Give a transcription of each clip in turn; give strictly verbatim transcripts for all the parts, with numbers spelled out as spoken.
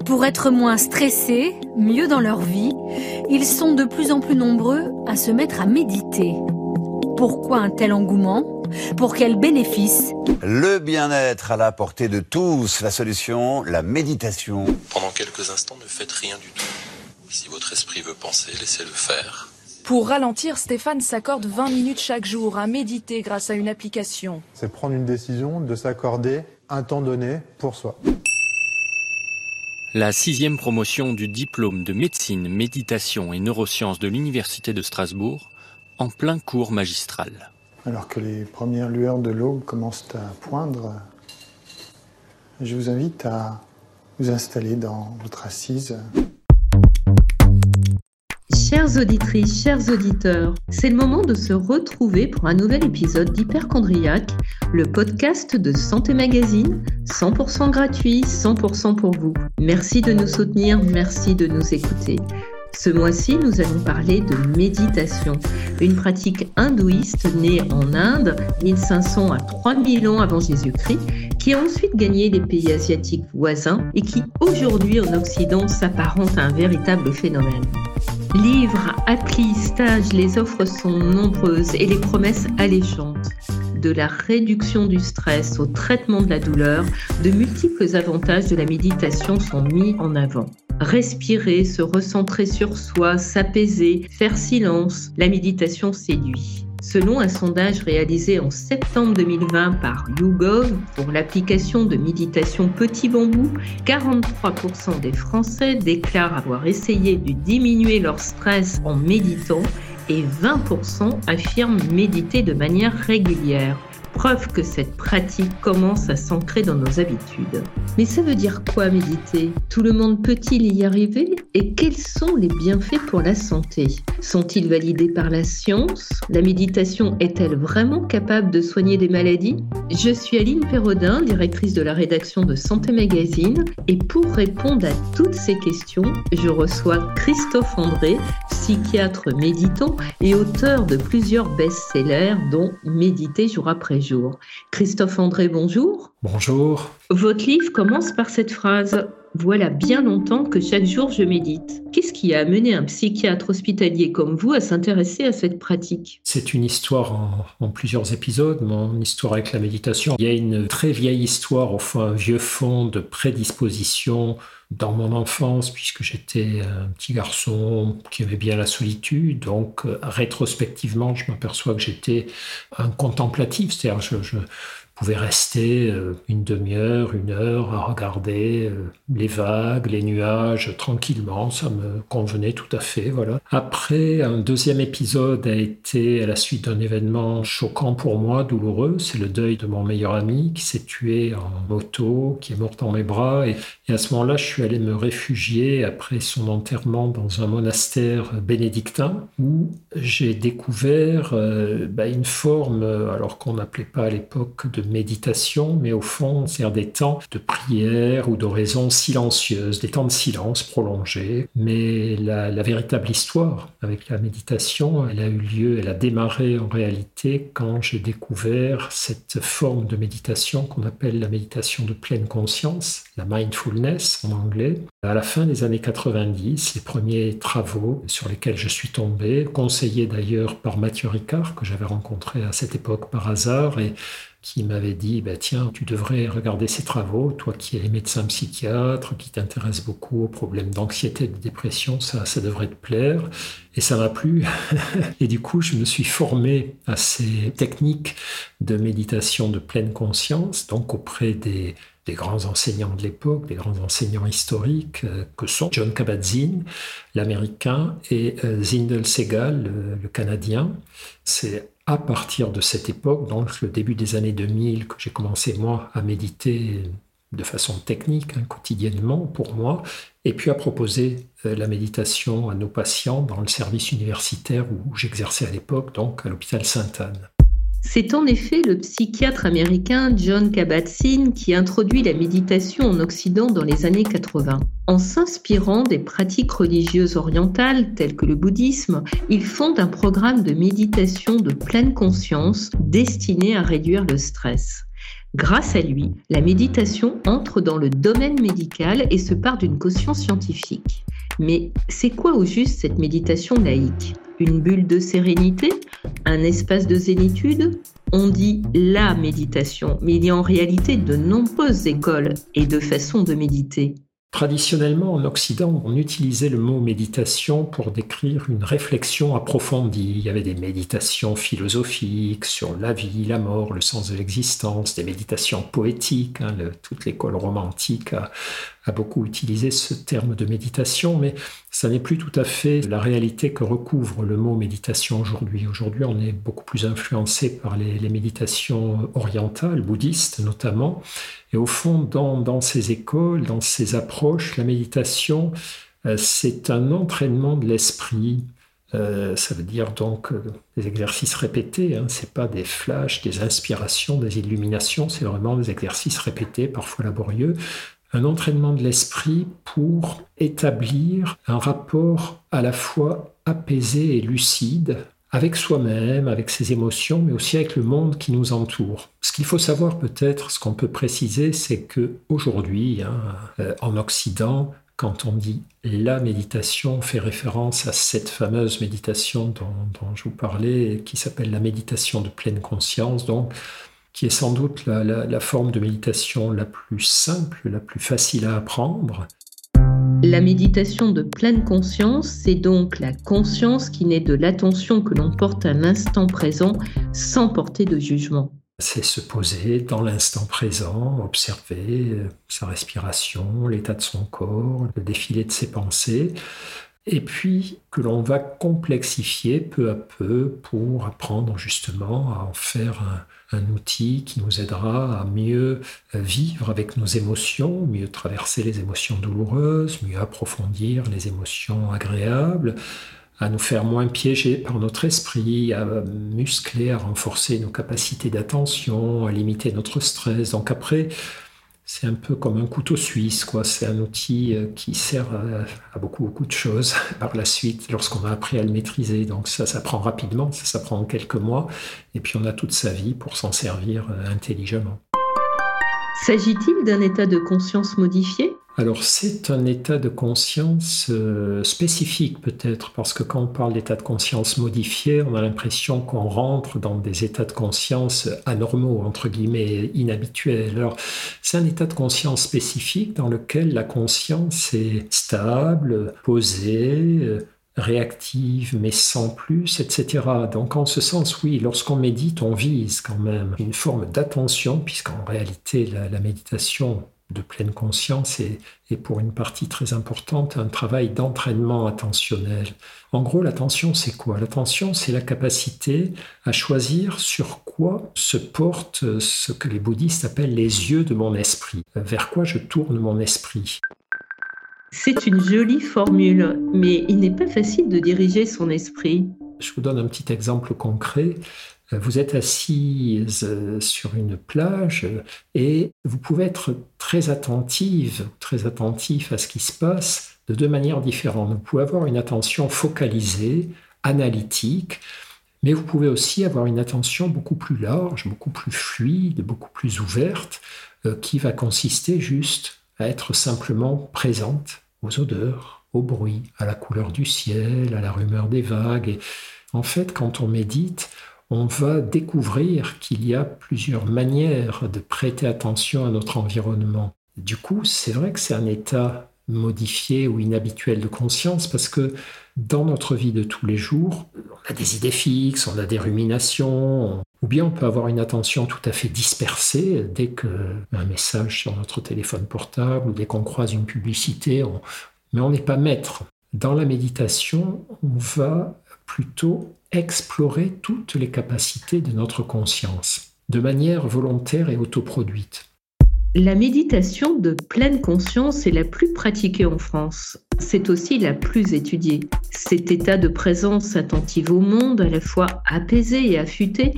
Pour être moins stressés, mieux dans leur vie, ils sont de plus en plus nombreux à se mettre à méditer. Pourquoi un tel engouement ? Pour quels bénéfices ? Le bien-être à la portée de tous. La solution, la méditation. Pendant quelques instants, ne faites rien du tout. Si votre esprit veut penser, laissez-le faire. Pour ralentir, Stéphane s'accorde vingt minutes chaque jour à méditer grâce à une application. C'est prendre une décision de s'accorder un temps donné pour soi. La sixième promotion du diplôme de médecine, méditation et neurosciences de l'Université de Strasbourg, en plein cours magistral. Alors que les premières lueurs de l'aube commencent à poindre, je vous invite à vous installer dans votre assise. Chères auditrices, chers auditeurs, c'est le moment de se retrouver pour un nouvel épisode d'Hyperchondriaque, le podcast de Santé Magazine, cent pour cent gratuit, cent pour cent pour vous. Merci de nous soutenir, merci de nous écouter. Ce mois-ci, nous allons parler de méditation, une pratique hindouiste née en Inde, mille cinq cents à trois mille ans avant Jésus-Christ, qui a ensuite gagné les pays asiatiques voisins et qui, aujourd'hui en Occident, s'apparente à un véritable phénomène. Livres, applis, stages, les offres sont nombreuses et les promesses alléchantes. De la réduction du stress au traitement de la douleur, de multiples avantages de la méditation sont mis en avant. Respirer, se recentrer sur soi, s'apaiser, faire silence, la méditation séduit. Selon un sondage réalisé en septembre deux mille vingt par YouGov pour l'application de méditation Petit Bambou, quarante-trois pour cent des Français déclarent avoir essayé de diminuer leur stress en méditant et vingt pour cent affirment méditer de manière régulière. Preuve que cette pratique commence à s'ancrer dans nos habitudes. Mais ça veut dire quoi méditer ? Tout le monde peut-il y arriver ? Et quels sont les bienfaits pour la santé ? Sont-ils validés par la science ? La méditation est-elle vraiment capable de soigner des maladies ? Je suis Aline Perrodin, directrice de la rédaction de Santé Magazine, et pour répondre à toutes ces questions, je reçois Christophe André, psychiatre méditant et auteur de plusieurs best-sellers dont Méditer jour après jour. Christophe André, bonjour. Bonjour. Votre livre commence par cette phrase « Voilà bien longtemps que chaque jour je médite ». Qu'est-ce qui a amené un psychiatre hospitalier comme vous à s'intéresser à cette pratique ? C'est une histoire en, en plusieurs épisodes, mon histoire avec la méditation. Il y a une très vieille histoire, au fond, un vieux fond de prédisposition dans mon enfance, puisque j'étais un petit garçon qui aimait bien la solitude. Donc, euh, rétrospectivement, je m'aperçois que j'étais un contemplatif, c'est-à-dire je, je pouvais rester une demi-heure, une heure à regarder les vagues, les nuages tranquillement, ça me convenait tout à fait, voilà. Après, un deuxième épisode a été à la suite d'un événement choquant pour moi, douloureux, c'est le deuil de mon meilleur ami qui s'est tué en moto, qui est mort dans mes bras, et, et à ce moment-là, je suis allé me réfugier après son enterrement dans un monastère bénédictin où j'ai découvert euh, bah, une forme, alors qu'on n'appelait pas à l'époque de méditation, mais au fond, c'est des temps de prière ou d'oraison silencieuse, des temps de silence prolongés. Mais la, la véritable histoire avec la méditation, elle a eu lieu, elle a démarré en réalité quand j'ai découvert cette forme de méditation qu'on appelle la méditation de pleine conscience, la mindfulness en anglais. À la fin des années quatre-vingt-dix, les premiers travaux sur lesquels je suis tombé, conseillés d'ailleurs par Mathieu Ricard, que j'avais rencontré à cette époque par hasard, et qui m'avait dit bah, « Tiens, tu devrais regarder ces travaux, toi qui es médecin psychiatre, qui t'intéresse beaucoup aux problèmes d'anxiété et de dépression, ça, ça devrait te plaire. » Et ça m'a plu. Et du coup, je me suis formé à ces techniques de méditation de pleine conscience, donc auprès des, des grands enseignants de l'époque, des grands enseignants historiques, euh, que sont Jon Kabat-Zinn, l'américain, et euh, Zindel Segal, le, le canadien. C'est à partir de cette époque, donc le début des années deux mille, que j'ai commencé, moi, à méditer de façon technique, hein, quotidiennement, pour moi, et puis à proposer euh, la méditation à nos patients dans le service universitaire où j'exerçais à l'époque, donc à l'hôpital Sainte-Anne. C'est en effet le psychiatre américain Jon Kabat-Zinn qui introduit la méditation en Occident dans les années quatre-vingts. En s'inspirant des pratiques religieuses orientales telles que le bouddhisme, il fonde un programme de méditation de pleine conscience destiné à réduire le stress. Grâce à lui, la méditation entre dans le domaine médical et se part d'une caution scientifique. Mais c'est quoi au juste cette méditation laïque ? Une bulle de sérénité ? Un espace de zénitude ? On dit la méditation, mais il y a en réalité de nombreuses écoles et de façons de méditer. Traditionnellement, en Occident, on utilisait le mot méditation pour décrire une réflexion approfondie. Il y avait des méditations philosophiques sur la vie, la mort, le sens de l'existence, des méditations poétiques. Hein, le, toute l'école romantique a, a beaucoup utilisé ce terme de méditation, mais ça n'est plus tout à fait la réalité que recouvre le mot méditation aujourd'hui. Aujourd'hui, on est beaucoup plus influencé par les, les méditations orientales, bouddhistes notamment. Et au fond, dans, dans ces écoles, dans ces approches, la méditation, euh, c'est un entraînement de l'esprit. Euh, ça veut dire donc euh, des exercices répétés. Hein, c'est pas des flashs, des inspirations, des illuminations. C'est vraiment des exercices répétés, parfois laborieux. Un entraînement de l'esprit pour établir un rapport à la fois apaisé et lucide avec soi-même, avec ses émotions, mais aussi avec le monde qui nous entoure. Ce qu'il faut savoir peut-être, ce qu'on peut préciser, c'est qu'aujourd'hui, hein, euh, en Occident, quand on dit la méditation, on fait référence à cette fameuse méditation dont, dont je vous parlais, qui s'appelle la méditation de pleine conscience, donc, qui est sans doute la, la, la forme de méditation la plus simple, la plus facile à apprendre. La méditation de pleine conscience, c'est donc la conscience qui naît de l'attention que l'on porte à l'instant présent sans porter de jugement. C'est se poser dans l'instant présent, observer sa respiration, l'état de son corps, le défilé de ses pensées, et puis que l'on va complexifier peu à peu pour apprendre justement à en faire un, un outil qui nous aidera à mieux vivre avec nos émotions, mieux traverser les émotions douloureuses, mieux approfondir les émotions agréables, à nous faire moins piéger par notre esprit, à muscler, à renforcer nos capacités d'attention, à limiter notre stress. Donc après, c'est un peu comme un couteau suisse, quoi. C'est un outil qui sert à, à beaucoup, beaucoup de choses par la suite, lorsqu'on a appris à le maîtriser. Donc ça s'apprend rapidement, ça s'apprend en quelques mois, et puis on a toute sa vie pour s'en servir intelligemment. S'agit-il d'un état de conscience modifié ? Alors c'est un état de conscience euh, spécifique peut-être, parce que quand on parle d'état de conscience modifié, on a l'impression qu'on rentre dans des états de conscience anormaux, entre guillemets, inhabituels. Alors c'est un état de conscience spécifique dans lequel la conscience est stable, posée, euh, réactive, mais sans plus, et cetera. Donc en ce sens, oui, lorsqu'on médite, on vise quand même une forme d'attention, puisqu'en réalité, la, la méditation de pleine conscience est, est pour une partie très importante un travail d'entraînement attentionnel. En gros, l'attention, c'est quoi ? L'attention, c'est la capacité à choisir sur quoi se portent ce que les bouddhistes appellent les yeux de mon esprit, vers quoi je tourne mon esprit. C'est une jolie formule, mais il n'est pas facile de diriger son esprit. Je vous donne un petit exemple concret. Vous êtes assise sur une plage et vous pouvez être très attentive, très attentif à ce qui se passe de deux manières différentes. Vous pouvez avoir une attention focalisée, analytique, mais vous pouvez aussi avoir une attention beaucoup plus large, beaucoup plus fluide, beaucoup plus ouverte, qui va consister juste à être simplement présente aux odeurs, au bruit, à la couleur du ciel, à la rumeur des vagues. Et en fait, quand on médite, on va découvrir qu'il y a plusieurs manières de prêter attention à notre environnement. Du coup, c'est vrai que c'est un état modifié ou inhabituel de conscience parce que dans notre vie de tous les jours, on a des idées fixes, on a des ruminations, ou bien on peut avoir une attention tout à fait dispersée dès qu'un message sur notre téléphone portable ou dès qu'on croise une publicité, on... mais on n'est pas maître. Dans la méditation, on va plutôt explorer toutes les capacités de notre conscience, de manière volontaire et autoproduite. La méditation de pleine conscience est la plus pratiquée en France. C'est aussi la plus étudiée. Cet état de présence attentive au monde, à la fois apaisé et affûté,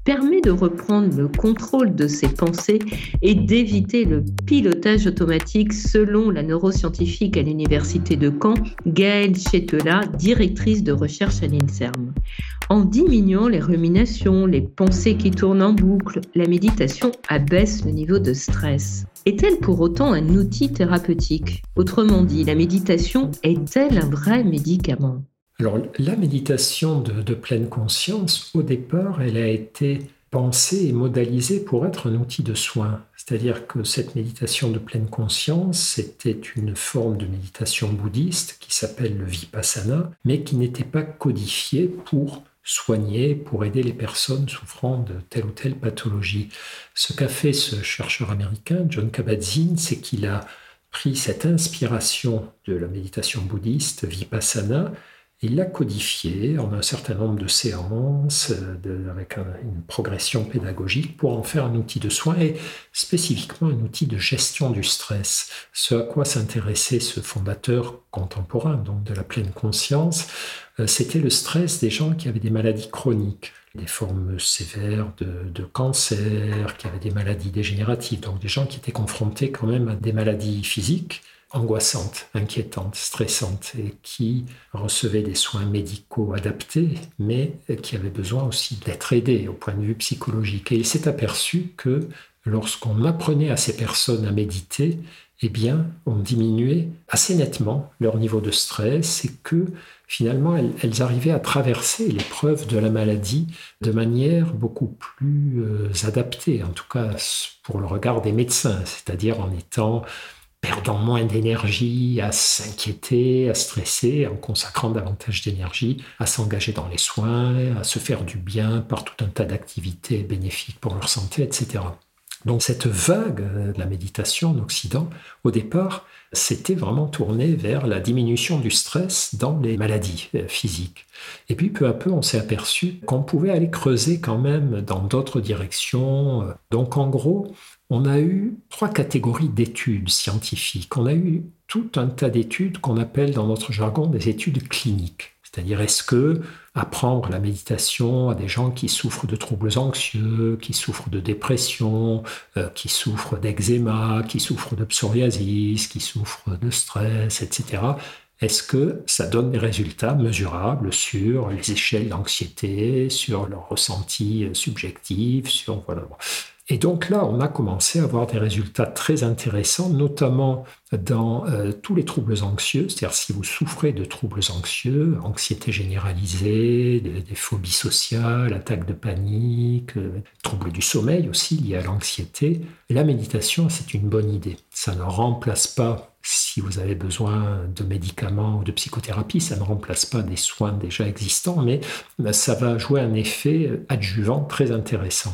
permet de reprendre le contrôle de ses pensées et d'éviter le pilotage automatique selon la neuroscientifique à l'université de Caen, Gaëlle Chetela, directrice de recherche à l'INSERM. En diminuant les ruminations, les pensées qui tournent en boucle, la méditation abaisse le niveau de stress. Est-elle pour autant un outil thérapeutique ? Autrement dit, la méditation est-elle un vrai médicament ? Alors, la méditation de, de pleine conscience, au départ, elle a été pensée et modélisée pour être un outil de soin. C'est-à-dire que cette méditation de pleine conscience, c'était une forme de méditation bouddhiste qui s'appelle le Vipassana, mais qui n'était pas codifiée pour soigner, pour aider les personnes souffrant de telle ou telle pathologie. Ce qu'a fait ce chercheur américain, Jon Kabat-Zinn, c'est qu'il a pris cette inspiration de la méditation bouddhiste, Vipassana, il l'a codifié en un certain nombre de séances, de, avec un, une progression pédagogique pour en faire un outil de soin et spécifiquement un outil de gestion du stress. Ce à quoi s'intéressait ce fondateur contemporain, donc de la pleine conscience, euh, c'était le stress des gens qui avaient des maladies chroniques, des formes sévères de, de cancer, qui avaient des maladies dégénératives, donc des gens qui étaient confrontés quand même à des maladies physiques, angoissantes, inquiétantes, stressantes et qui recevaient des soins médicaux adaptés, mais qui avaient besoin aussi d'être aidés au point de vue psychologique. Et il s'est aperçu que lorsqu'on apprenait à ces personnes à méditer, eh bien, on diminuait assez nettement leur niveau de stress et que finalement, elles, elles arrivaient à traverser l'épreuve de la maladie de manière beaucoup plus euh, adaptée, en tout cas pour le regard des médecins, c'est-à-dire en étant perdant moins d'énergie, à s'inquiéter, à stresser, en consacrant davantage d'énergie, à s'engager dans les soins, à se faire du bien par tout un tas d'activités bénéfiques pour leur santé, et cetera. Donc cette vague de la méditation en Occident, au départ, c'était vraiment tourné vers la diminution du stress dans les maladies physiques. Et puis peu à peu, on s'est aperçu qu'on pouvait aller creuser quand même dans d'autres directions. Donc en gros, on a eu trois catégories d'études scientifiques. On a eu tout un tas d'études qu'on appelle dans notre jargon des études cliniques. C'est-à-dire, est-ce que apprendre la méditation à des gens qui souffrent de troubles anxieux, qui souffrent de dépression, euh, qui souffrent d'eczéma, qui souffrent de psoriasis, qui souffrent de stress, et cetera, est-ce que ça donne des résultats mesurables sur les échelles d'anxiété, sur leurs ressentis subjectifs, sur voilà. Et donc là, on a commencé à avoir des résultats très intéressants, notamment dans euh, tous les troubles anxieux, c'est-à-dire si vous souffrez de troubles anxieux, anxiété généralisée, des, des phobies sociales, attaques de panique, euh, troubles du sommeil aussi liés à l'anxiété, la méditation, c'est une bonne idée. Ça ne remplace pas, si vous avez besoin de médicaments ou de psychothérapie, ça ne remplace pas des soins déjà existants, mais ça va jouer un effet adjuvant très intéressant.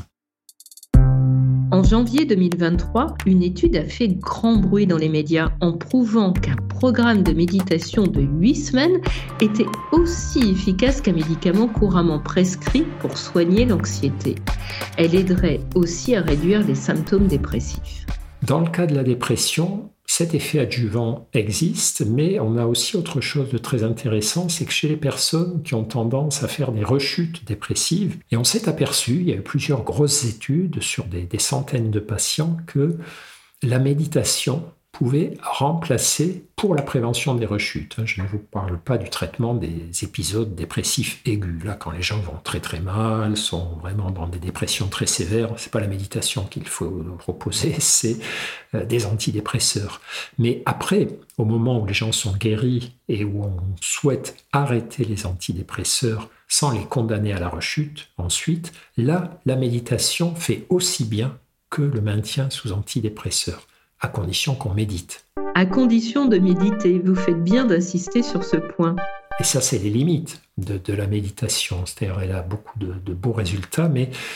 En janvier deux mille vingt-trois, une étude a fait grand bruit dans les médias en prouvant qu'un programme de méditation de huit semaines était aussi efficace qu'un médicament couramment prescrit pour soigner l'anxiété. Elle aiderait aussi à réduire les symptômes dépressifs. Dans le cas de la dépression, cet effet adjuvant existe, mais on a aussi autre chose de très intéressant, c'est que chez les personnes qui ont tendance à faire des rechutes dépressives, et on s'est aperçu, il y a eu plusieurs grosses études sur des, des centaines de patients, que la méditation pouvait remplacer pour la prévention des rechutes. Je ne vous parle pas du traitement des épisodes dépressifs aigus. Là, quand les gens vont très très mal, sont vraiment dans des dépressions très sévères, c'est pas la méditation qu'il faut proposer, c'est des antidépresseurs. Mais après, au moment où les gens sont guéris et où on souhaite arrêter les antidépresseurs sans les condamner à la rechute, ensuite, là, la méditation fait aussi bien que le maintien sous antidépresseurs, à condition qu'on médite. À condition de méditer, vous faites bien d'insister sur ce point. Et ça, c'est les limites de, de la méditation. C'est-à-dire, elle a beaucoup de, de beaux résultats, mais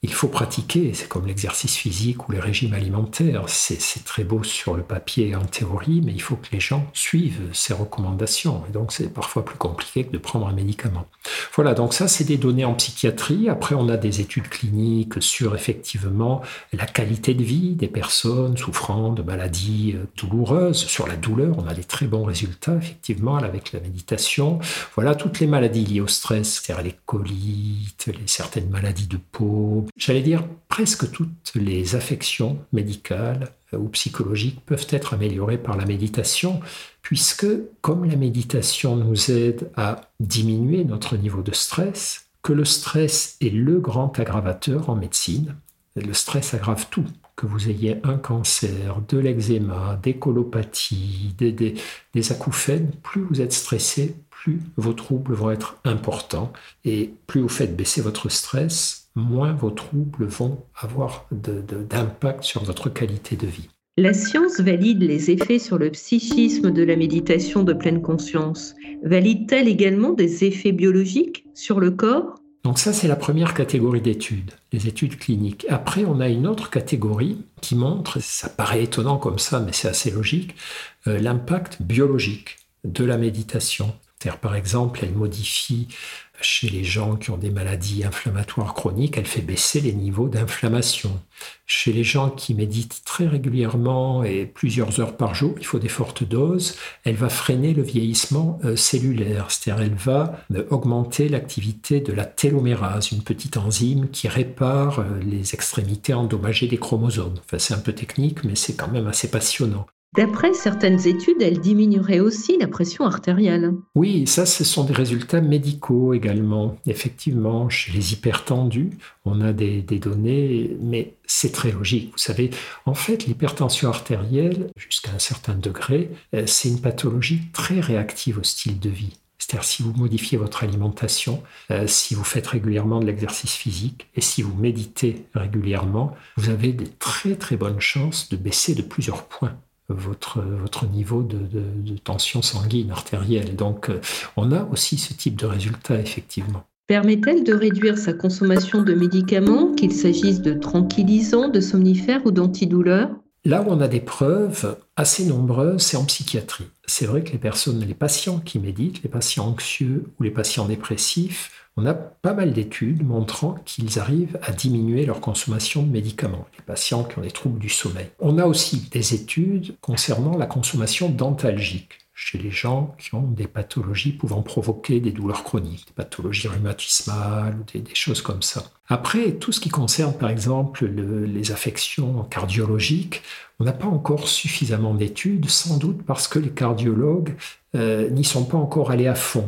Il faut pratiquer, c'est comme l'exercice physique ou les régimes alimentaires. C'est, c'est très beau sur le papier et en théorie, mais il faut que les gens suivent ces recommandations. Et donc, c'est parfois plus compliqué que de prendre un médicament. Voilà, donc ça, c'est des données en psychiatrie. Après, on a des études cliniques sur, effectivement, la qualité de vie des personnes souffrant de maladies douloureuses. Sur la douleur, on a des très bons résultats, effectivement, avec la méditation. Voilà, toutes les maladies liées au stress, c'est-à-dire les colites, les, certaines maladies de peau. J'allais dire, presque toutes les affections médicales ou psychologiques peuvent être améliorées par la méditation, puisque comme la méditation nous aide à diminuer notre niveau de stress, que le stress est le grand aggravateur en médecine, le stress aggrave tout. Que vous ayez un cancer, de l'eczéma, des colopathies, des, des, des acouphènes, plus vous êtes stressé, plus vos troubles vont être importants. Et plus vous faites baisser votre stress, moins vos troubles vont avoir de, de, d'impact sur votre qualité de vie. La science valide les effets sur le psychisme de la méditation de pleine conscience. Valide-t-elle également des effets biologiques sur le corps ? Donc ça, c'est la première catégorie d'études, les études cliniques. Après, on a une autre catégorie qui montre, ça paraît étonnant comme ça, mais c'est assez logique, euh, l'impact biologique de la méditation. C'est-à-dire, par exemple, elle modifie chez les gens qui ont des maladies inflammatoires chroniques, elle fait baisser les niveaux d'inflammation. Chez les gens qui méditent très régulièrement et plusieurs heures par jour, il faut des fortes doses, elle va freiner le vieillissement euh, cellulaire. C'est-à-dire, elle va euh, augmenter l'activité de la télomérase, une petite enzyme qui répare euh, les extrémités endommagées des chromosomes. Enfin, c'est un peu technique, mais c'est quand même assez passionnant. D'après certaines études, elle diminuerait aussi la pression artérielle. Oui, ça, ce sont des résultats médicaux également. Effectivement, chez les hypertendus, on a des, des données, mais c'est très logique. Vous savez, en fait, l'hypertension artérielle, jusqu'à un certain degré, c'est une pathologie très réactive au style de vie. C'est-à-dire, si vous modifiez votre alimentation, euh, si vous faites régulièrement de l'exercice physique et si vous méditez régulièrement, vous avez de très très bonnes chances de baisser de plusieurs points votre, votre niveau de, de, de tension sanguine artérielle. Donc, euh, on a aussi ce type de résultat, effectivement. Permet-elle de réduire sa consommation de médicaments, qu'il s'agisse de tranquillisants, de somnifères ou d'antidouleurs ? Là où on a des preuves assez nombreuses, c'est en psychiatrie. C'est vrai que les personnes, les patients qui méditent, les patients anxieux ou les patients dépressifs, on a pas mal d'études montrant qu'ils arrivent à diminuer leur consommation de médicaments, les patients qui ont des troubles du sommeil. On a aussi des études concernant la consommation d'antalgiques chez les gens qui ont des pathologies pouvant provoquer des douleurs chroniques, des pathologies rhumatismales ou des, des choses comme ça. Après, tout ce qui concerne par exemple le, les affections cardiologiques, on n'a pas encore suffisamment d'études, sans doute parce que les cardiologues euh, n'y sont pas encore allés à fond.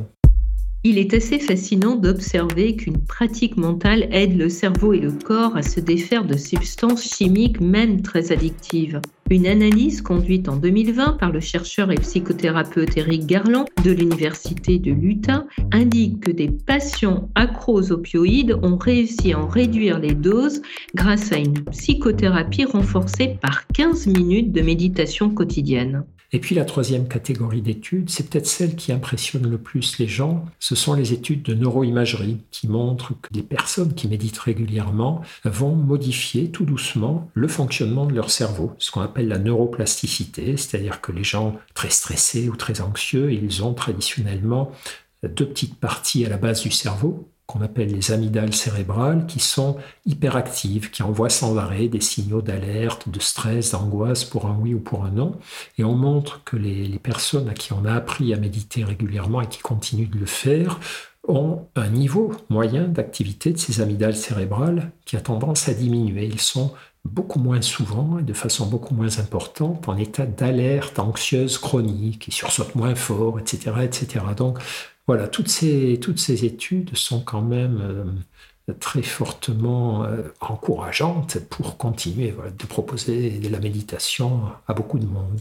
Il est assez fascinant d'observer qu'une pratique mentale aide le cerveau et le corps à se défaire de substances chimiques, même très addictives. Une analyse conduite en deux mille vingt par le chercheur et psychothérapeute Éric Garland de l'Université de l'Utah indique que des patients accros aux opioïdes ont réussi à en réduire les doses grâce à une psychothérapie renforcée par quinze minutes de méditation quotidienne. Et puis la troisième catégorie d'études, c'est peut-être celle qui impressionne le plus les gens, ce sont les études de neuroimagerie qui montrent que les personnes qui méditent régulièrement vont modifier tout doucement le fonctionnement de leur cerveau, ce qu'on appelle la neuroplasticité, c'est-à-dire que les gens très stressés ou très anxieux, ils ont traditionnellement deux petites parties à la base du cerveau, qu'on appelle les amygdales cérébrales, qui sont hyperactives, qui envoient sans arrêt des signaux d'alerte, de stress, d'angoisse pour un oui ou pour un non. Et on montre que les, les personnes à qui on a appris à méditer régulièrement et qui continuent de le faire ont un niveau moyen d'activité de ces amygdales cérébrales qui a tendance à diminuer. Ils sont beaucoup moins souvent et de façon beaucoup moins importante en état d'alerte anxieuse chronique, ils sursautent moins fort, et cetera, et cetera. Donc, voilà, toutes ces, toutes ces études sont quand même euh, très fortement euh, encourageantes pour continuer voilà, de proposer de la méditation à beaucoup de monde.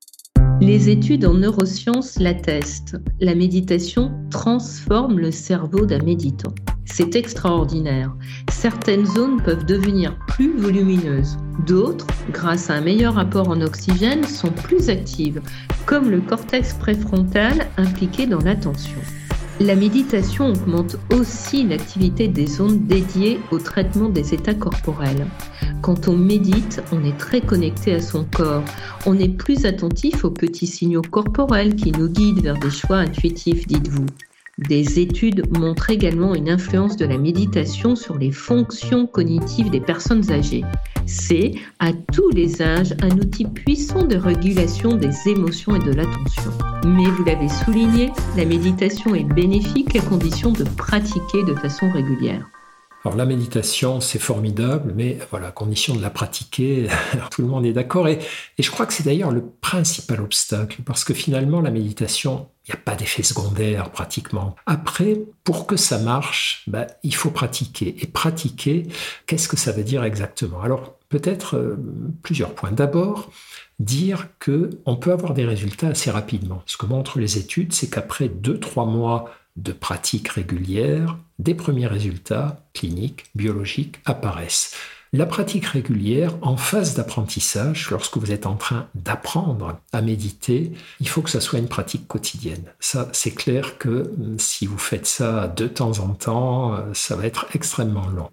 Les études en neurosciences l'attestent. La méditation transforme le cerveau d'un méditant. C'est extraordinaire. Certaines zones peuvent devenir plus volumineuses. D'autres, grâce à un meilleur apport en oxygène, sont plus actives, comme le cortex préfrontal impliqué dans l'attention. La méditation augmente aussi l'activité des zones dédiées au traitement des états corporels. Quand on médite, on est très connecté à son corps. On est plus attentif aux petits signaux corporels qui nous guident vers des choix intuitifs, dites-vous. Des études montrent également une influence de la méditation sur les fonctions cognitives des personnes âgées. C'est, à tous les âges, un outil puissant de régulation des émotions et de l'attention. Mais vous l'avez souligné, la méditation est bénéfique à condition de pratiquer de façon régulière. Alors la méditation, c'est formidable, mais voilà, à condition de la pratiquer, tout le monde est d'accord. Et, et je crois que c'est d'ailleurs le principal obstacle, parce que finalement, la méditation, il n'y a pas d'effet secondaire pratiquement. Après, pour que ça marche, bah, il faut pratiquer. Et pratiquer, qu'est-ce que ça veut dire exactement ? Alors, peut-être euh, plusieurs points. D'abord, dire qu'on peut avoir des résultats assez rapidement. Ce que montrent les études, c'est qu'après deux trois mois de pratique régulière, des premiers résultats cliniques, biologiques apparaissent. La pratique régulière, en phase d'apprentissage, lorsque vous êtes en train d'apprendre à méditer, il faut que ça soit une pratique quotidienne. Ça, c'est clair que si vous faites ça de temps en temps, ça va être extrêmement long.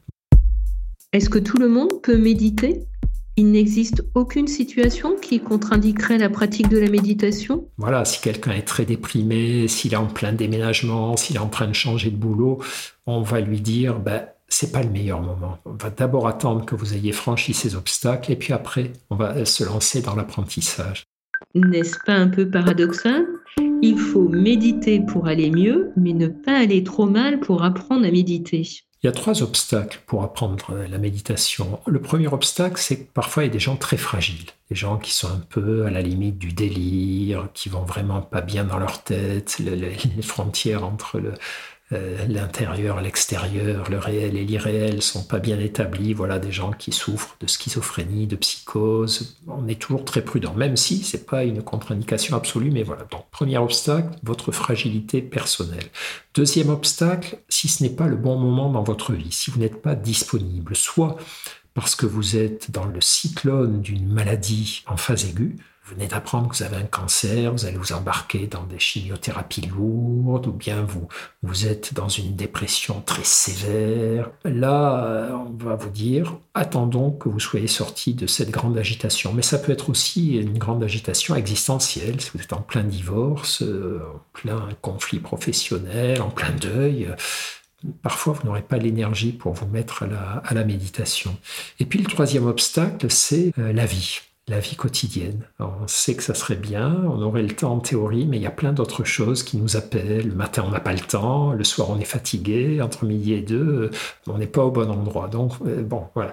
Est-ce que tout le monde peut méditer ? Il n'existe aucune situation qui contre-indiquerait la pratique de la méditation ? Voilà, si quelqu'un est très déprimé, s'il est en plein déménagement, s'il est en train de changer de boulot, on va lui dire ben, c'est pas le meilleur moment. On va d'abord attendre que vous ayez franchi ces obstacles et puis après, on va se lancer dans l'apprentissage. N'est-ce pas un peu paradoxal ? Il faut méditer pour aller mieux, mais ne pas aller trop mal pour apprendre à méditer. Il y a trois obstacles pour apprendre la méditation. Le premier obstacle, c'est que parfois il y a des gens très fragiles, des gens qui sont un peu à la limite du délire, qui vont vraiment pas bien dans leur tête, les, les frontières entre le, euh, l'intérieur, l'extérieur, le réel et l'irréel sont pas bien établies. Voilà, des gens qui souffrent de schizophrénie, de psychose. On est toujours très prudent, même si c'est pas une contre-indication absolue, mais voilà. Donc, premier obstacle, votre fragilité personnelle. Deuxième obstacle, si ce n'est pas le bon moment dans votre vie, si vous n'êtes pas disponible, soit parce que vous êtes dans le cyclone d'une maladie en phase aiguë, vous venez d'apprendre que vous avez un cancer, vous allez vous embarquer dans des chimiothérapies lourdes, ou bien vous, vous êtes dans une dépression très sévère. Là, on va vous dire, attendons que vous soyez sorti de cette grande agitation. Mais ça peut être aussi une grande agitation existentielle, si vous êtes en plein divorce, en plein conflit professionnel, en plein deuil. Parfois, vous n'aurez pas l'énergie pour vous mettre à la, à la méditation. Et puis, le troisième obstacle, c'est euh, la vie. La vie quotidienne. Alors, on sait que ça serait bien, on aurait le temps en théorie, mais il y a plein d'autres choses qui nous appellent. Le matin, on n'a pas le temps, le soir, on est fatigué, entre midi et deux, on n'est pas au bon endroit. Donc, euh, bon, voilà.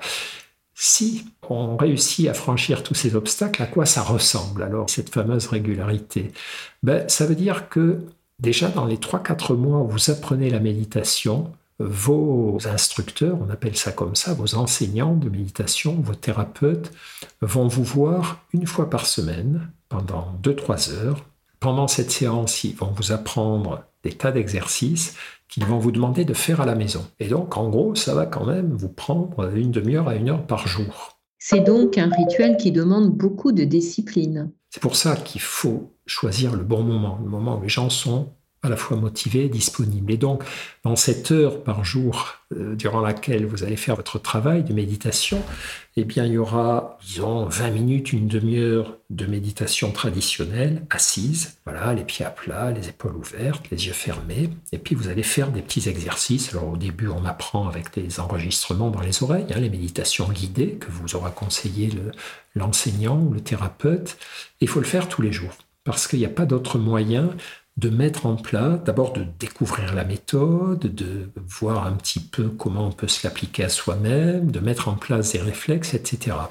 Si on réussit à franchir tous ces obstacles, à quoi ça ressemble alors, cette fameuse régularité ? Ben, ça veut dire que déjà, dans les trois quatre mois où vous apprenez la méditation, vos instructeurs, on appelle ça comme ça, vos enseignants de méditation, vos thérapeutes, vont vous voir une fois par semaine pendant deux trois heures. Pendant cette séance, ils vont vous apprendre des tas d'exercices qu'ils vont vous demander de faire à la maison. Et donc, en gros, ça va quand même vous prendre une demi-heure à une heure par jour. C'est donc un rituel qui demande beaucoup de discipline. C'est pour ça qu'il faut choisir le bon moment, le moment où les gens sont à la fois motivé et disponible. Et donc, dans cette heure par jour euh, durant laquelle vous allez faire votre travail de méditation, eh bien, il y aura, disons, vingt minutes, une demi-heure de méditation traditionnelle, assise, voilà, les pieds à plat, les épaules ouvertes, les yeux fermés, et puis vous allez faire des petits exercices. Alors, au début, on apprend avec des enregistrements dans les oreilles, hein, les méditations guidées que vous aura conseillé le, l'enseignant ou le thérapeute. Il faut le faire tous les jours, parce qu'il n'y a pas d'autre moyen de mettre en place, d'abord de découvrir la méthode, de voir un petit peu comment on peut se l'appliquer à soi-même, de mettre en place des réflexes, et cetera.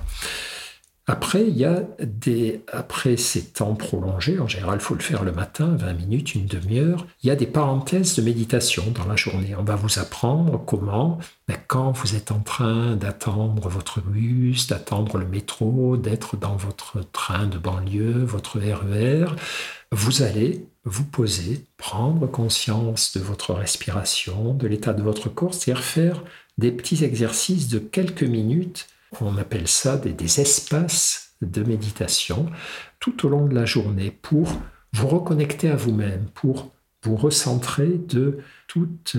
Après, il y a des, après ces temps prolongés, en général, il faut le faire le matin, vingt minutes, une demi-heure, il y a des parenthèses de méditation dans la journée. On va vous apprendre comment, ben, quand vous êtes en train d'attendre votre bus, d'attendre le métro, d'être dans votre train de banlieue, votre R E R, vous allez vous poser, prendre conscience de votre respiration, de l'état de votre corps, c'est-à-dire faire des petits exercices de quelques minutes. On appelle ça des, des espaces de méditation tout au long de la journée pour vous reconnecter à vous-même, pour vous recentrer de toutes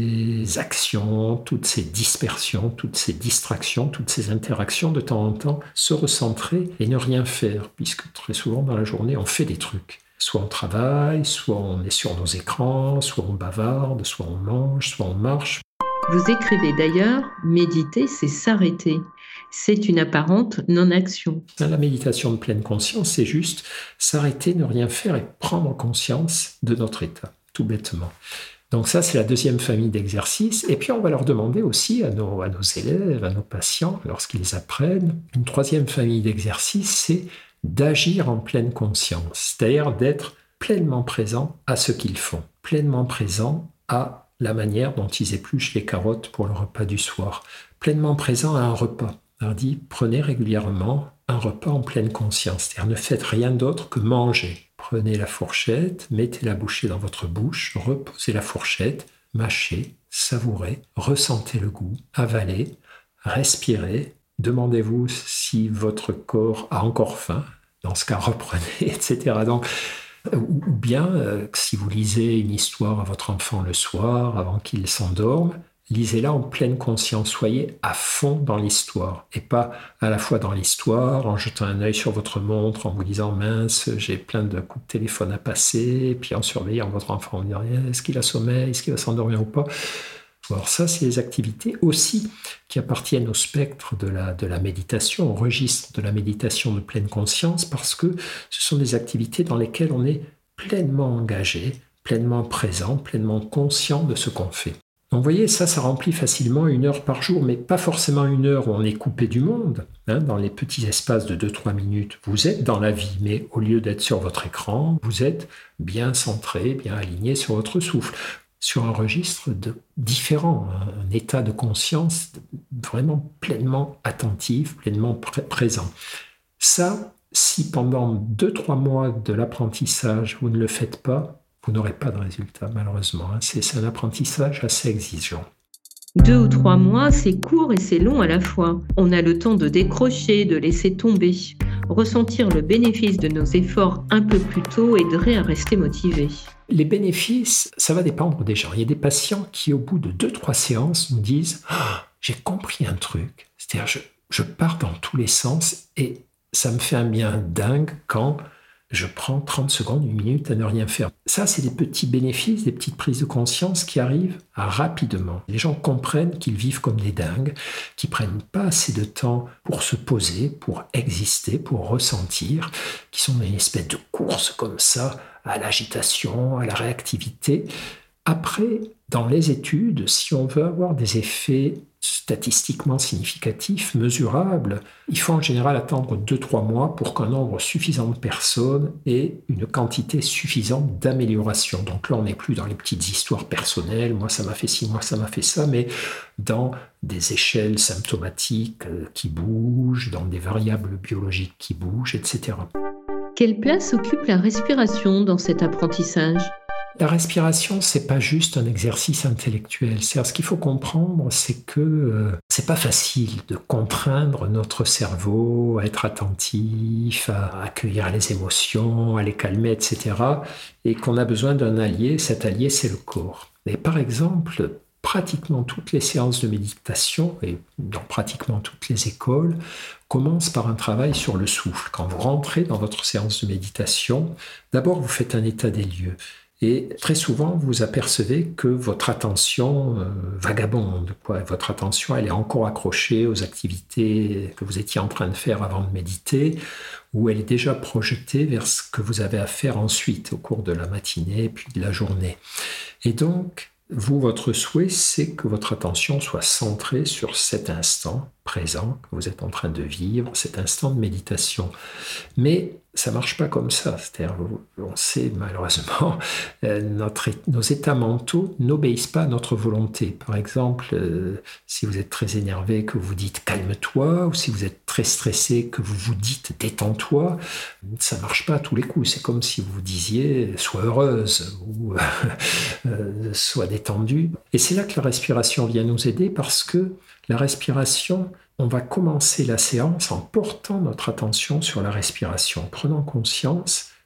ces actions, toutes ces dispersions, toutes ces distractions, toutes ces interactions, de temps en temps, se recentrer et ne rien faire, puisque très souvent dans la journée, on fait des trucs. Soit on travaille, soit on est sur nos écrans, soit on bavarde, soit on mange, soit on marche. Vous écrivez d'ailleurs « méditer, c'est s'arrêter ». C'est une apparente non-action. La méditation de pleine conscience, c'est juste s'arrêter, ne rien faire et prendre conscience de notre état, tout bêtement. Donc ça, c'est la deuxième famille d'exercices. Et puis, on va leur demander aussi à nos, à nos élèves, à nos patients, lorsqu'ils apprennent, une troisième famille d'exercices, c'est d'agir en pleine conscience, c'est-à-dire d'être pleinement présent à ce qu'ils font, pleinement présent à la manière dont ils épluchent les carottes pour le repas du soir, pleinement présent à un repas. On dit, prenez régulièrement un repas en pleine conscience, c'est-à-dire ne faites rien d'autre que manger. Prenez la fourchette, mettez la bouchée dans votre bouche, reposez la fourchette, mâchez, savourez, ressentez le goût, avalez, respirez, demandez-vous si votre corps a encore faim, dans ce cas reprenez, et cetera. Donc, ou bien, euh, si vous lisez une histoire à votre enfant le soir, avant qu'il s'endorme, lisez-la en pleine conscience, soyez à fond dans l'histoire et pas à la fois dans l'histoire en jetant un œil sur votre montre, en vous disant mince, j'ai plein de coups de téléphone à passer, et puis en surveillant votre enfant, en disant est-ce qu'il a sommeil, est-ce qu'il va s'endormir ou pas. Alors ça, c'est les activités aussi qui appartiennent au spectre de la, de la méditation, au registre de la méditation de pleine conscience, parce que ce sont des activités dans lesquelles on est pleinement engagé, pleinement présent, pleinement conscient de ce qu'on fait. Donc vous voyez, ça, ça remplit facilement une heure par jour, mais pas forcément une heure où on est coupé du monde. Hein, dans les petits espaces de deux à trois minutes, vous êtes dans la vie, mais au lieu d'être sur votre écran, vous êtes bien centré, bien aligné sur votre souffle, sur un registre de, différent, un état de conscience vraiment pleinement attentif, pleinement pr- présent. Ça, si pendant deux à trois mois de l'apprentissage, vous ne le faites pas, vous n'aurez pas de résultat, malheureusement. C'est, c'est un apprentissage assez exigeant. Deux ou trois mois, c'est court et c'est long à la fois. On a le temps de décrocher, de laisser tomber. Ressentir le bénéfice de nos efforts un peu plus tôt aiderait à rester motivé. Les bénéfices, ça va dépendre des gens. Il y a des patients qui, au bout de deux à trois séances, nous disent oh, « j'ai compris un truc ». C'est-à-dire, je, je pars dans tous les sens et ça me fait un bien dingue quand je prends trente secondes, une minute à ne rien faire. Ça, c'est des petits bénéfices, des petites prises de conscience qui arrivent rapidement. Les gens comprennent qu'ils vivent comme des dingues, qu'ils ne prennent pas assez de temps pour se poser, pour exister, pour ressentir, qu'ils sont dans une espèce de course comme ça, à l'agitation, à la réactivité. Après, dans les études, si on veut avoir des effets statistiquement significatifs, mesurables, il faut en général attendre deux à trois mois pour qu'un nombre suffisant de personnes ait une quantité suffisante d'amélioration. Donc là, on n'est plus dans les petites histoires personnelles, moi ça m'a fait ci, moi ça m'a fait ça, mais dans des échelles symptomatiques qui bougent, dans des variables biologiques qui bougent, et cetera. Quelle place occupe la respiration dans cet apprentissage ? La respiration, c'est pas juste un exercice intellectuel. C'est-à-dire, ce qu'il faut comprendre, c'est que euh, c'est pas facile de contraindre notre cerveau à être attentif, à accueillir les émotions, à les calmer, et cetera. Et qu'on a besoin d'un allié. Cet allié, c'est le corps. Et par exemple, pratiquement toutes les séances de méditation, et dans pratiquement toutes les écoles, commencent par un travail sur le souffle. Quand vous rentrez dans votre séance de méditation, d'abord, vous faites un état des lieux. Et très souvent, vous apercevez que votre attention euh, vagabonde, quoi. Votre attention, elle est encore accrochée aux activités que vous étiez en train de faire avant de méditer, ou elle est déjà projetée vers ce que vous avez à faire ensuite, au cours de la matinée, puis de la journée. Et donc, vous, votre souhait, c'est que votre attention soit centrée sur cet instant présent que vous êtes en train de vivre, cet instant de méditation. Mais ça ne marche pas comme ça. C'est-à-dire, on sait malheureusement, euh, notre, nos états mentaux n'obéissent pas à notre volonté. Par exemple, euh, si vous êtes très énervé, que vous dites « calme-toi », ou si vous êtes très stressé, que vous vous dites « détends-toi », ça ne marche pas à tous les coups. C'est comme si vous disiez « sois heureuse » ou euh, « sois détendue ». Et c'est là que la respiration vient nous aider, parce que la respiration, on va commencer la séance en portant notre attention sur la respiration, en prenant conscience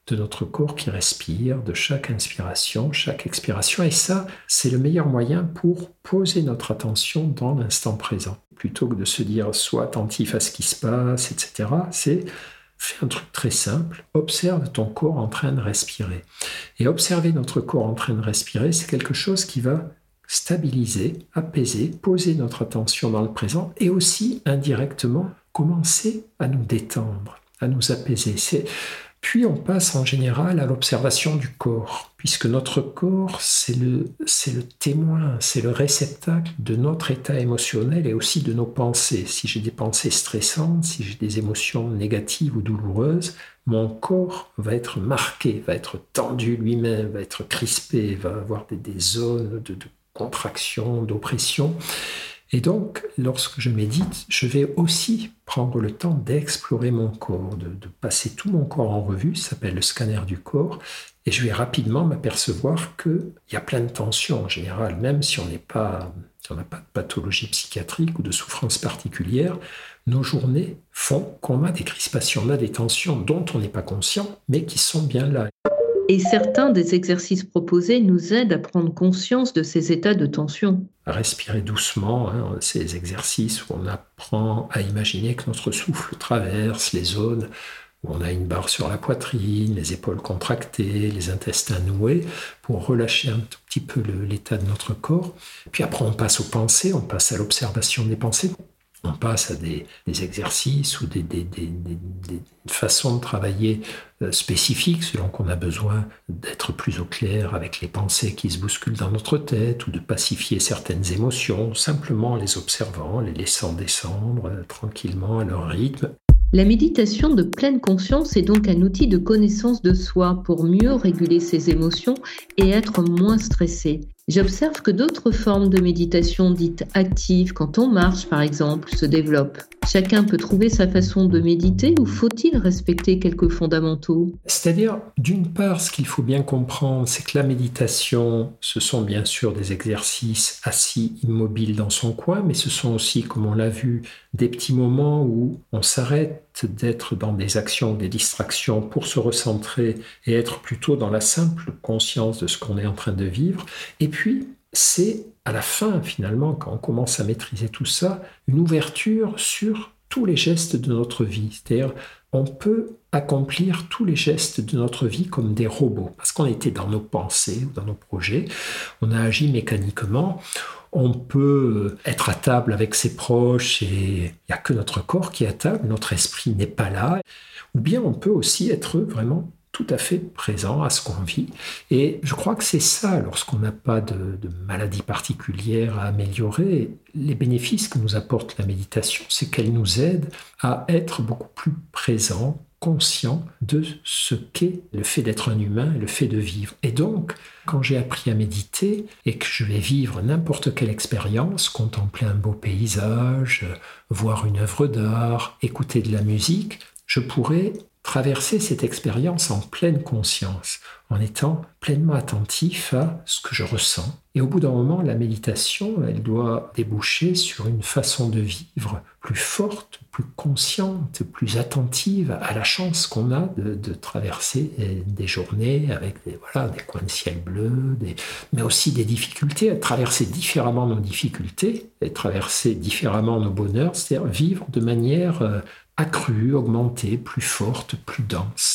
de notre corps qui respire, de chaque inspiration, chaque expiration. Et ça, c'est le meilleur moyen pour poser notre attention dans l'instant présent. Plutôt que de se dire « sois attentif à ce qui se passe », et cetera, c'est fais un truc très simple, observe ton corps en train de respirer. Et observer notre corps en train de respirer, c'est quelque chose qui va stabiliser, apaiser, poser notre attention dans le présent et aussi indirectement commencer à nous détendre, à nous apaiser. C'est... Puis on passe en général à l'observation du corps, puisque notre corps, c'est le, c'est le témoin, c'est le réceptacle de notre état émotionnel et aussi de nos pensées. Si j'ai des pensées stressantes, si j'ai des émotions négatives ou douloureuses, mon corps va être marqué, va être tendu lui-même, va être crispé, va avoir des, des zones de, de contraction, d'oppression. Et donc, lorsque je médite, je vais aussi prendre le temps d'explorer mon corps, de, de passer tout mon corps en revue, ça s'appelle le scanner du corps, et je vais rapidement m'apercevoir qu'il y a plein de tensions en général, même si on n'est pas, si on n'a pas de pathologie psychiatrique ou de souffrance particulière, nos journées font qu'on a des crispations, on a des tensions dont on n'est pas conscient, mais qui sont bien là. Et certains des exercices proposés nous aident à prendre conscience de ces états de tension. À respirer doucement, hein, ces exercices où on apprend à imaginer que notre souffle traverse les zones où on a une barre sur la poitrine, les épaules contractées, les intestins noués, pour relâcher un tout petit peu le, l'état de notre corps. Puis après, on passe aux pensées, on passe à l'observation des pensées. On passe à des, des exercices ou des, des, des, des, des façons de travailler spécifiques selon qu'on a besoin d'être plus au clair avec les pensées qui se bousculent dans notre tête ou de pacifier certaines émotions, simplement en les observant, les laissant descendre euh, tranquillement à leur rythme. La méditation de pleine conscience est donc un outil de connaissance de soi pour mieux réguler ses émotions et être moins stressé. J'observe que d'autres formes de méditation dites actives, quand on marche par exemple, se développent. Chacun peut trouver sa façon de méditer ou faut-il respecter quelques fondamentaux ? C'est-à-dire, d'une part, ce qu'il faut bien comprendre, c'est que la méditation, ce sont bien sûr des exercices assis, immobiles dans son coin, mais ce sont aussi, comme on l'a vu, des petits moments où on s'arrête d'être dans des actions, des distractions pour se recentrer et être plutôt dans la simple conscience de ce qu'on est en train de vivre. Et puis, c'est à la fin, finalement, quand on commence à maîtriser tout ça, une ouverture sur tous les gestes de notre vie. C'est-à-dire, on peut accomplir tous les gestes de notre vie comme des robots, parce qu'on était dans nos pensées ou dans nos projets, on a agi mécaniquement. On peut être à table avec ses proches et il n'y a que notre corps qui est à table, notre esprit n'est pas là. Ou bien on peut aussi être vraiment tout à fait présent à ce qu'on vit. Et je crois que c'est ça, lorsqu'on n'a pas de, de maladie particulière à améliorer, les bénéfices que nous apporte la méditation, c'est qu'elle nous aide à être beaucoup plus présent, conscient de ce qu'est le fait d'être un humain et le fait de vivre. Et donc, quand j'ai appris à méditer et que je vais vivre n'importe quelle expérience, contempler un beau paysage, voir une œuvre d'art, écouter de la musique, je pourrais traverser cette expérience en pleine conscience, en étant pleinement attentif à ce que je ressens. Et au bout d'un moment, la méditation, elle doit déboucher sur une façon de vivre plus forte, plus consciente, plus attentive à la chance qu'on a de, de traverser des journées avec des, voilà, des coins de ciel bleu, des, mais aussi des difficultés, à traverser différemment nos difficultés, et traverser différemment nos bonheurs, c'est-à-dire vivre de manière euh, accrue, augmentée, plus forte, plus dense.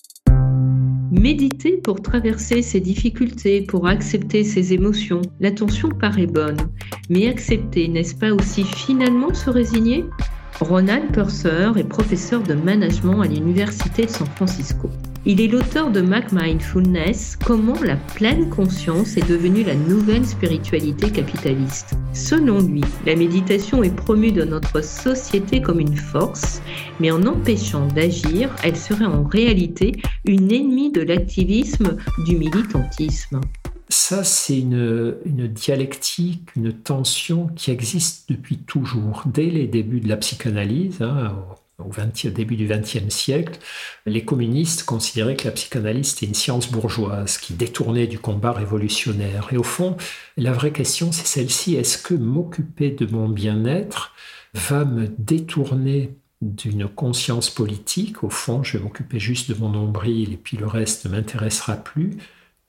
Méditer pour traverser ses difficultés, pour accepter ses émotions. L'intention paraît bonne, mais accepter, n'est-ce pas aussi finalement se résigner ? Ronald Purser est professeur de management à l'Université de San Francisco. Il est l'auteur de McMindfulness, comment la pleine conscience est devenue la nouvelle spiritualité capitaliste. Selon lui, la méditation est promue dans notre société comme une force, mais en empêchant d'agir, elle serait en réalité une ennemie de l'activisme, du militantisme. Ça, c'est une, une dialectique, une tension qui existe depuis toujours. Dès les débuts de la psychanalyse, hein, au vingtième, début du vingtième siècle, les communistes considéraient que la psychanalyse était une science bourgeoise qui détournait du combat révolutionnaire. Et au fond, la vraie question, c'est celle-ci. Est-ce que m'occuper de mon bien-être va me détourner d'une conscience politique. Au fond, je vais m'occuper juste de mon nombril et puis le reste ne m'intéressera plus.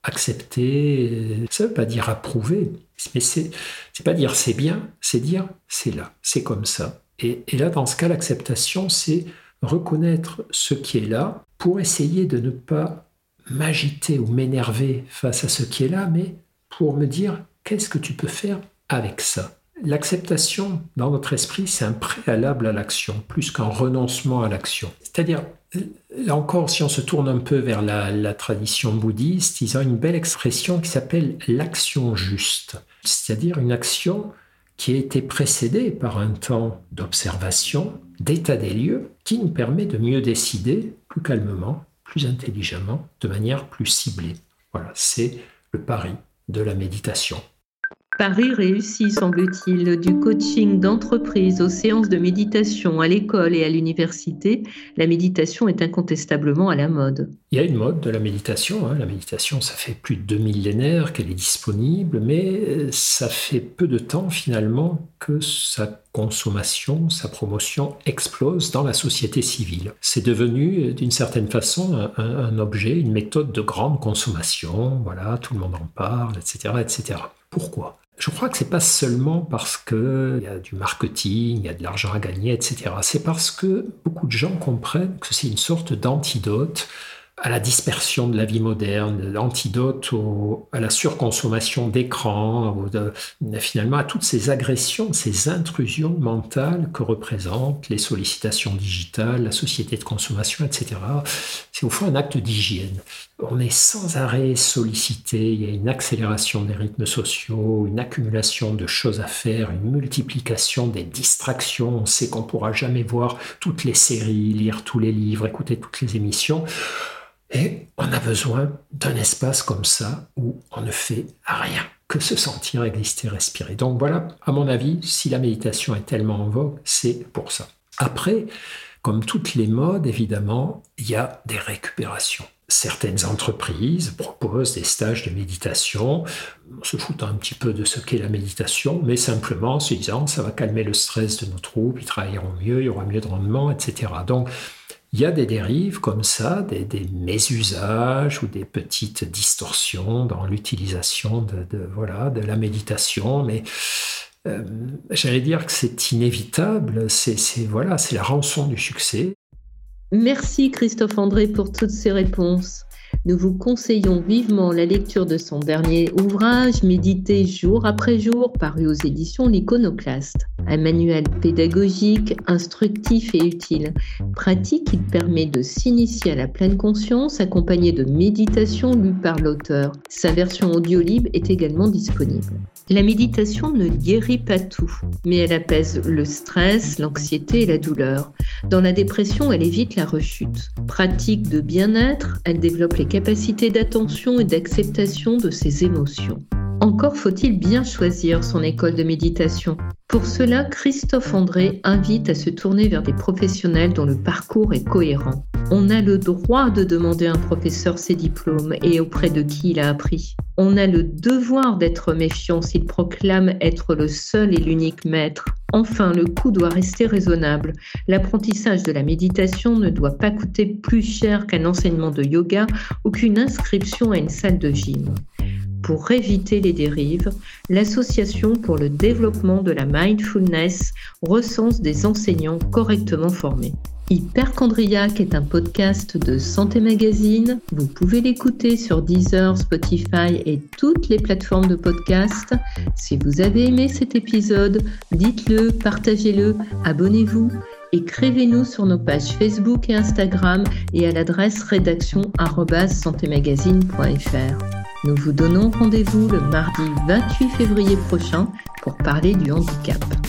Accepter, ça ne veut pas dire approuver, mais c'est, c'est pas dire c'est bien, c'est dire c'est là, c'est comme ça. Et, et là, dans ce cas, l'acceptation, c'est reconnaître ce qui est là pour essayer de ne pas m'agiter ou m'énerver face à ce qui est là, mais pour me dire qu'est-ce que tu peux faire avec ça. L'acceptation, dans notre esprit, c'est un préalable à l'action, plus qu'un renoncement à l'action. C'est-à-dire, là encore, si on se tourne un peu vers la, la tradition bouddhiste, ils ont une belle expression qui s'appelle l'action juste. C'est-à-dire une action qui a été précédée par un temps d'observation, d'état des lieux, qui nous permet de mieux décider plus calmement, plus intelligemment, de manière plus ciblée. Voilà, c'est le pari de la méditation. Pari réussi, semble-t-il, du coaching d'entreprise aux séances de méditation à l'école et à l'université, la méditation est incontestablement à la mode. Il y a une mode de la méditation. Hein. La méditation, ça fait plus de deux millénaires qu'elle est disponible, mais ça fait peu de temps finalement que sa consommation, sa promotion explose dans la société civile. C'est devenu d'une certaine façon un, un objet, une méthode de grande consommation. Voilà, tout le monde en parle, et cetera, et cetera. Pourquoi ? Je crois que c'est pas seulement parce qu'il y a du marketing, il y a de l'argent à gagner, et cetera. C'est parce que beaucoup de gens comprennent que c'est une sorte d'antidote à la dispersion de la vie moderne, l'antidote au, à la surconsommation d'écran, au, de, finalement à toutes ces agressions, ces intrusions mentales que représentent les sollicitations digitales, la société de consommation, et cetera. C'est au fond un acte d'hygiène. On est sans arrêt sollicité, il y a une accélération des rythmes sociaux, une accumulation de choses à faire, une multiplication des distractions. On sait qu'on ne pourra jamais voir toutes les séries, lire tous les livres, écouter toutes les émissions. Et on a besoin d'un espace comme ça où on ne fait rien que se sentir, exister, respirer. Donc voilà, à mon avis, si la méditation est tellement en vogue, c'est pour ça. Après, comme toutes les modes, évidemment, il y a des récupérations. Certaines entreprises proposent des stages de méditation, en se foutant un petit peu de ce qu'est la méditation, mais simplement en se disant ça va calmer le stress de nos troupes, ils travailleront mieux, il y aura mieux de rendement, et cetera. Donc, il y a des dérives comme ça, des, des mésusages ou des petites distorsions dans l'utilisation de, de, voilà, de la méditation, mais euh, j'allais dire que c'est inévitable, c'est, c'est, voilà, c'est la rançon du succès. Merci Christophe André pour toutes ces réponses. Nous vous conseillons vivement la lecture de son dernier ouvrage, Méditer jour après jour, paru aux éditions L'Iconoclaste. Un manuel pédagogique, instructif et utile. Pratique, il permet de s'initier à la pleine conscience, accompagné de méditation lue par l'auteur. Sa version audio libre est également disponible. La méditation ne guérit pas tout, mais elle apaise le stress, l'anxiété et la douleur. Dans la dépression, elle évite la rechute. Pratique de bien-être, elle développe les capacités d'attention et d'acceptation de ses émotions. Encore faut-il bien choisir son école de méditation. Pour cela, Christophe André invite à se tourner vers des professionnels dont le parcours est cohérent. On a le droit de demander à un professeur ses diplômes et auprès de qui il a appris. On a le devoir d'être méfiant s'il proclame être le seul et l'unique maître. Enfin, le coût doit rester raisonnable. L'apprentissage de la méditation ne doit pas coûter plus cher qu'un enseignement de yoga ou qu'une inscription à une salle de gym. Pour éviter les dérives, l'Association pour le développement de la mindfulness recense des enseignants correctement formés. Hyperchondriac est un podcast de Santé Magazine. Vous pouvez l'écouter sur Deezer, Spotify et toutes les plateformes de podcast. Si vous avez aimé cet épisode, dites-le, partagez-le, abonnez-vous. Écrivez-nous sur nos pages Facebook et Instagram et à l'adresse rédaction arobase santémagazine point fr. Nous vous donnons rendez-vous le mardi vingt-huit février prochain pour parler du handicap.